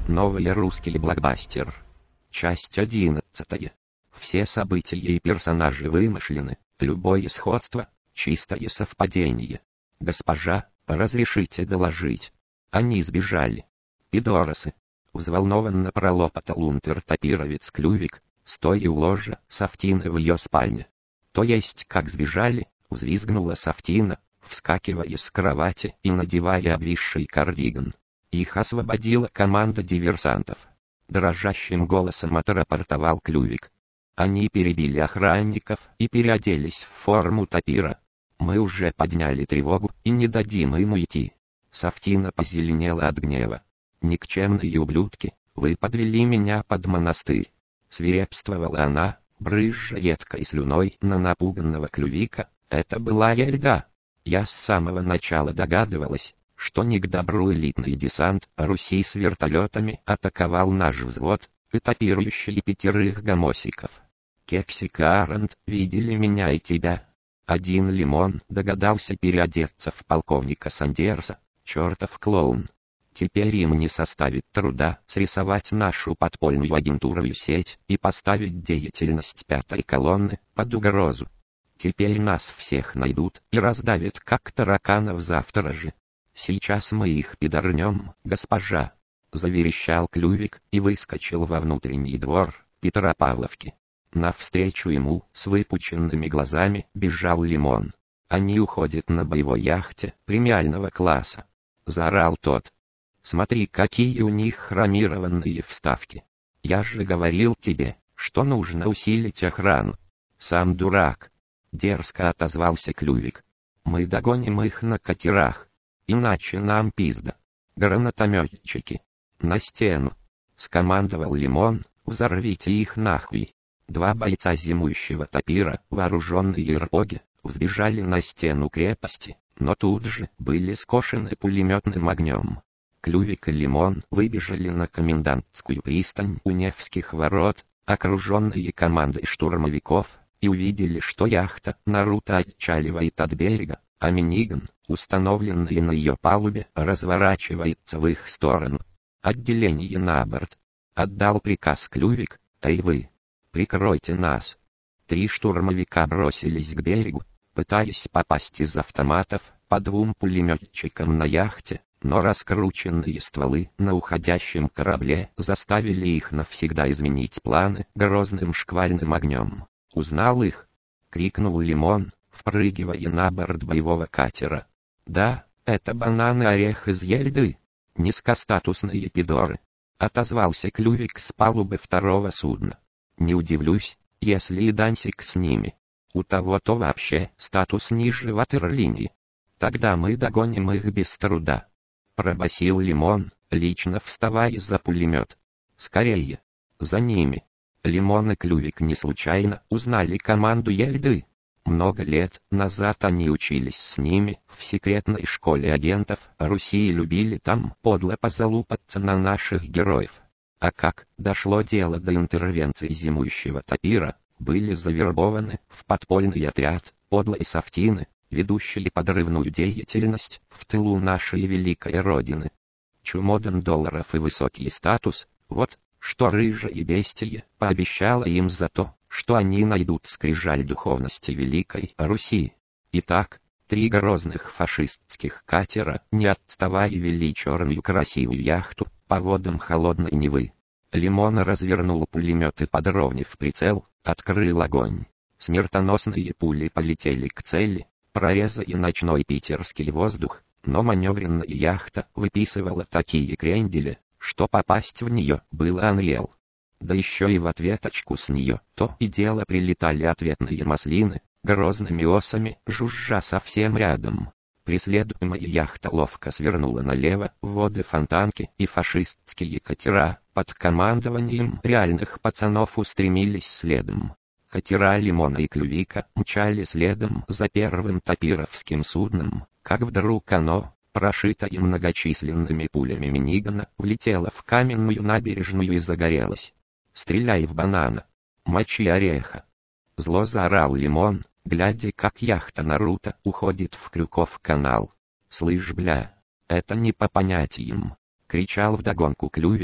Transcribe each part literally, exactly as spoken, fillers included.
Новый русский блокбастер. Часть одиннадцатая. Все события и персонажи вымышлены, любое сходство — чистое совпадение. Госпожа, разрешите доложить. Они сбежали. Пидорасы. Взволнованно пролопотал унтер-топировец Клювик, стоя у ложа Сафтины в ее спальне. То есть как сбежали? Взвизгнула Сафтина, вскакивая с кровати и надевая обвисший кардиган. Их освободила команда диверсантов. Дрожащим голосом отрапортовал Клювик. Они перебили охранников и переоделись в форму тапира. Мы уже подняли тревогу и не дадим им уйти. Сафтина позеленела от гнева. Никчемные ублюдки, вы подвели меня под монастырь. Свирепствовала она, брызжа едкой слюной на напуганного Клювика. Это была Эльга. Я с самого начала догадывалась, что не к добру элитный десант Руси с вертолетами атаковал наш взвод, этапирующий пятерых гомосиков. Кексик и Арент видели меня и тебя. Один Лимон догадался переодеться в полковника Сандерса, чертов клоун. Теперь им не составит труда срисовать нашу подпольную агентурную сеть и поставить деятельность пятой колонны под угрозу. Теперь нас всех найдут и раздавят как тараканов завтра же. Сейчас мы их пидорнем, госпожа. Заверещал Клювик и выскочил во внутренний двор Петропавловки. Навстречу ему с выпученными глазами бежал Лимон. Они уходят на боевой яхте премиального класса. Заорал тот. Смотри, какие у них хромированные вставки. Я же говорил тебе, что нужно усилить охрану. Сам дурак. Дерзко отозвался Клювик. Мы догоним их на катерах. Иначе нам пизда. Гранатометчики. На стену. Скомандовал Лимон, взорвите их нахуй. Два бойца зимующего тапира, вооруженные рпоги, взбежали на стену крепости, но тут же были скошены пулеметным огнем. Клювик и Лимон выбежали на комендантскую пристань у Невских ворот, окруженные командой штурмовиков, и увидели, что яхта Наруто отчаливает от берега, а миниган, установленный на ее палубе, разворачивается в их сторону. Отделение на борт. Отдал приказ Клювик. Эй вы! Прикройте нас! Три штурмовика бросились к берегу, пытаясь попасть из автоматов по двум пулеметчикам на яхте, но раскрученные стволы на уходящем корабле заставили их навсегда изменить планы грозным шквальным огнем. «Узнал их?» — крикнул Лимон, впрыгивая на борт боевого катера. «Да, это банан-орех из Ельды. Низкостатусные пидоры», — отозвался Клювик с палубы второго судна. «Не удивлюсь, если и Дансик с ними. У того-то вообще статус ниже ватерлинии. Тогда мы догоним их без труда», — пробасил Лимон, лично вставая за пулемет. «Скорее! За ними!» Лимон и Клювик не случайно узнали команду Ельды. Много лет назад они учились с ними в секретной школе агентов Руси и любили там подло позалупаться на наших героев. А как дошло дело до интервенции зимующего тапира, были завербованы в подпольный отряд подлой Сафтины, ведущие подрывную деятельность в тылу нашей великой родины. Чумодан долларов и высокий статус — вот что рыжее бестие пообещало им за то, что они найдут скрижаль духовности великой Руси. Итак, три грозных фашистских катера, не отставая, вели черную красивую яхту по водам холодной Невы. Лимон развернул пулемет и, подровнив прицел, открыл огонь. Смертоносные пули полетели к цели, прорезая ночной питерский воздух, но маневренная яхта выписывала такие крендели, что попасть в нее было unreal. Да еще и в ответочку с нее то и дело прилетали ответные маслины, грозными осами жужжа совсем рядом. Преследуемая яхта ловко свернула налево в воды Фонтанки, и фашистские катера под командованием реальных пацанов устремились следом. Катера Лимона и Клювика мчали следом за первым тапировским судном, как вдруг оно, прошитая многочисленными пулями минигана, влетела в каменную набережную и загорелась. «Стреляй в банана! Мочи ореха!» Зло заорал Лимон, глядя, как яхта Наруто уходит в Крюков канал. «Слышь, бля, это не по понятиям!» — кричал вдогонку Клювик,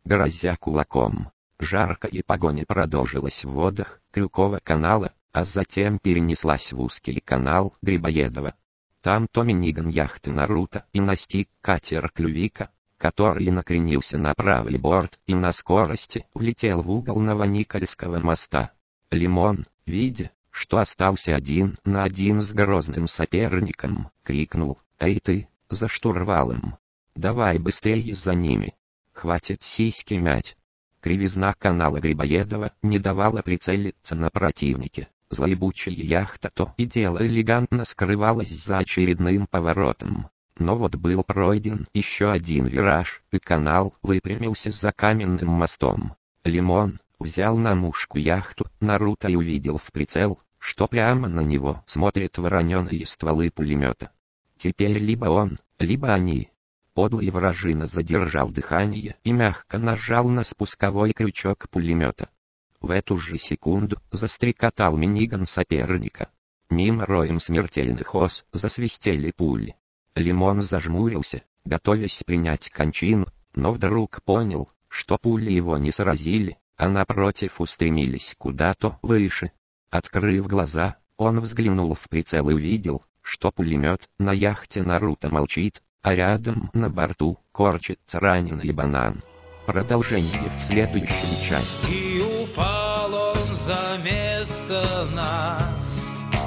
грозя кулаком. Жаркая погоня продолжилась в водах Крюкова канала, а затем перенеслась в узкий канал Грибоедова. Там то миниган яхты Наруто и настиг катер Клювика, который накренился на правый борт и на скорости влетел в угол Новоникольского моста. Лимон, видя, что остался один на один с грозным соперником, крикнул: «Эй ты, за штурвалом! Давай быстрее за ними! Хватит сиськи мять!» Кривизна канала Грибоедова не давала прицелиться на противнике. Злоебучая яхта то и дело элегантно скрывалась за очередным поворотом. Но вот был пройден еще один вираж, и канал выпрямился за каменным мостом. Лимон взял на мушку яхту Наруто и увидел в прицел, что прямо на него смотрят вороненые стволы пулемета. Теперь либо он, либо они. Подлый вражина задержал дыхание и мягко нажал на спусковой крючок пулемета. В эту же секунду застрекотал миниган соперника. Мимо роем смертельных ос засвистели пули. Лимон зажмурился, готовясь принять кончину, но вдруг понял, что пули его не сразили, а напротив устремились куда-то выше. Открыв глаза, он взглянул в прицел и увидел, что пулемет на яхте Наруто молчит, а рядом на борту корчится раненый банан. Продолжение в следующей части. И упал он за место нас.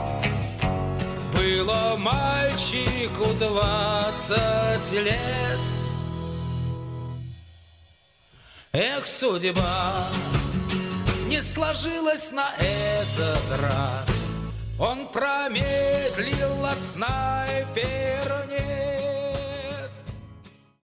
Было мальчику двадцать лет. Эх, судьба, не сложилась на этот раз. Он промедлил, а снайпер не